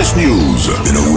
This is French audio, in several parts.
News.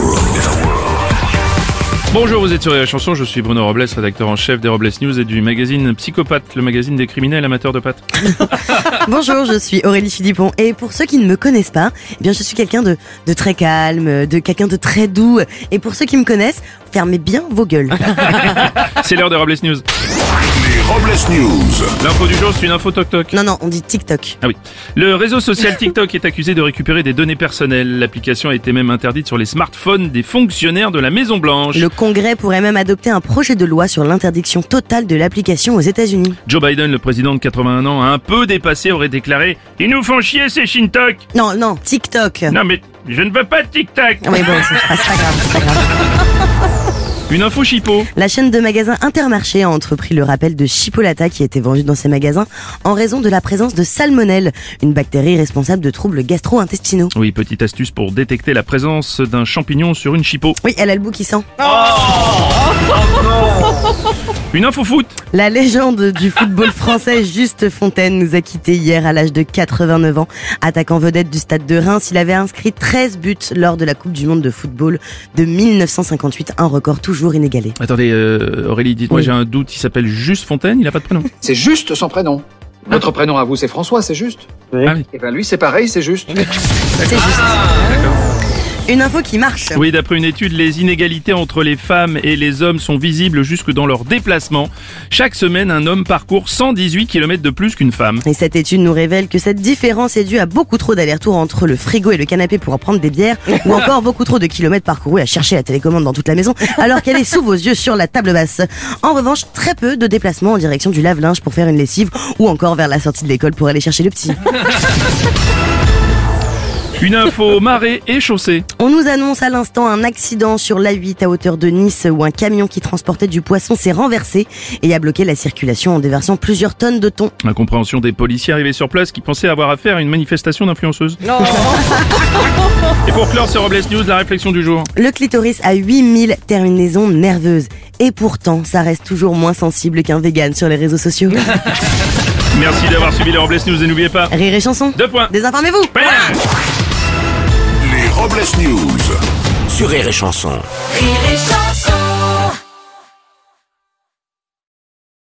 Bonjour, vous êtes sur la chanson, je suis Bruno Robles, rédacteur en chef des Robles News et du magazine Psychopathe, le magazine des criminels amateurs de pâtes. Bonjour, je suis Aurélie Philippon et pour ceux qui ne me connaissent pas, eh bien je suis quelqu'un de très calme, de quelqu'un de très doux et pour ceux qui me connaissent, fermez bien vos gueules. C'est l'heure des Robles News. Les Robles News. L'info du jour, c'est une info toc-toc. Non, on dit TikTok. Ah oui. Le réseau social TikTok est accusé de récupérer des données personnelles. L'application a été même interdite sur les smartphones des fonctionnaires de la Maison Blanche. Le Congrès pourrait même adopter un projet de loi sur l'interdiction totale de l'application aux États-Unis. Joe Biden, le président de 81 ans, un peu dépassé, aurait déclaré « Ils nous font chier ces Shintok !» Non, TikTok. Non mais, je ne veux pas de TikTok. Oui, bon, c'est pas grave. Une info chipot. La chaîne de magasins Intermarché a entrepris le rappel de chipolata qui était vendu dans ses magasins en raison de la présence de salmonelle, une bactérie responsable de troubles gastro-intestinaux. Oui, petite astuce pour détecter la présence d'un champignon sur une chipot. Oui, elle a le bout qui sent. Une info foot. La légende du football français Juste Fontaine nous a quittés hier à l'âge de 89 ans. Attaquant vedette du stade de Reims, il avait inscrit 13 buts lors de la Coupe du Monde de football de 1958, un record toujours inégalé. Attendez, Aurélie, dites-moi, Oui. J'ai un doute, il s'appelle Juste Fontaine, il a pas de prénom. C'est juste son prénom. Votre prénom à vous, c'est François, c'est juste. Ah oui. Et ben lui, c'est pareil, c'est juste. C'est juste. Une info qui marche. Oui, d'après une étude, les inégalités entre les femmes et les hommes sont visibles jusque dans leurs déplacements. Chaque semaine, un homme parcourt 118 km de plus qu'une femme. Et cette étude nous révèle que cette différence est due à beaucoup trop d'allers-retours entre le frigo et le canapé pour en prendre des bières, ou encore beaucoup trop de kilomètres parcourus à chercher la télécommande dans toute la maison, alors qu'elle est sous vos yeux sur la table basse. En revanche, très peu de déplacements en direction du lave-linge pour faire une lessive, ou encore vers la sortie de l'école pour aller chercher le petit. Une info marée et chaussée. On nous annonce à l'instant un accident sur l'A8 à hauteur de Nice où un camion qui transportait du poisson s'est renversé et a bloqué la circulation en déversant plusieurs tonnes de thon. Incompréhension des policiers arrivés sur place qui pensaient avoir affaire à une manifestation d'influenceuses. Et pour clore ce Robles News, la réflexion du jour. Le clitoris a 8000 terminaisons nerveuses et pourtant ça reste toujours moins sensible qu'un vegan sur les réseaux sociaux. Merci d'avoir suivi les Robles News et n'oubliez pas... Rire et chanson. 2 points. Désinformez-vous. Les Robles News. Sur Rire et Chanson. Rire et chanson.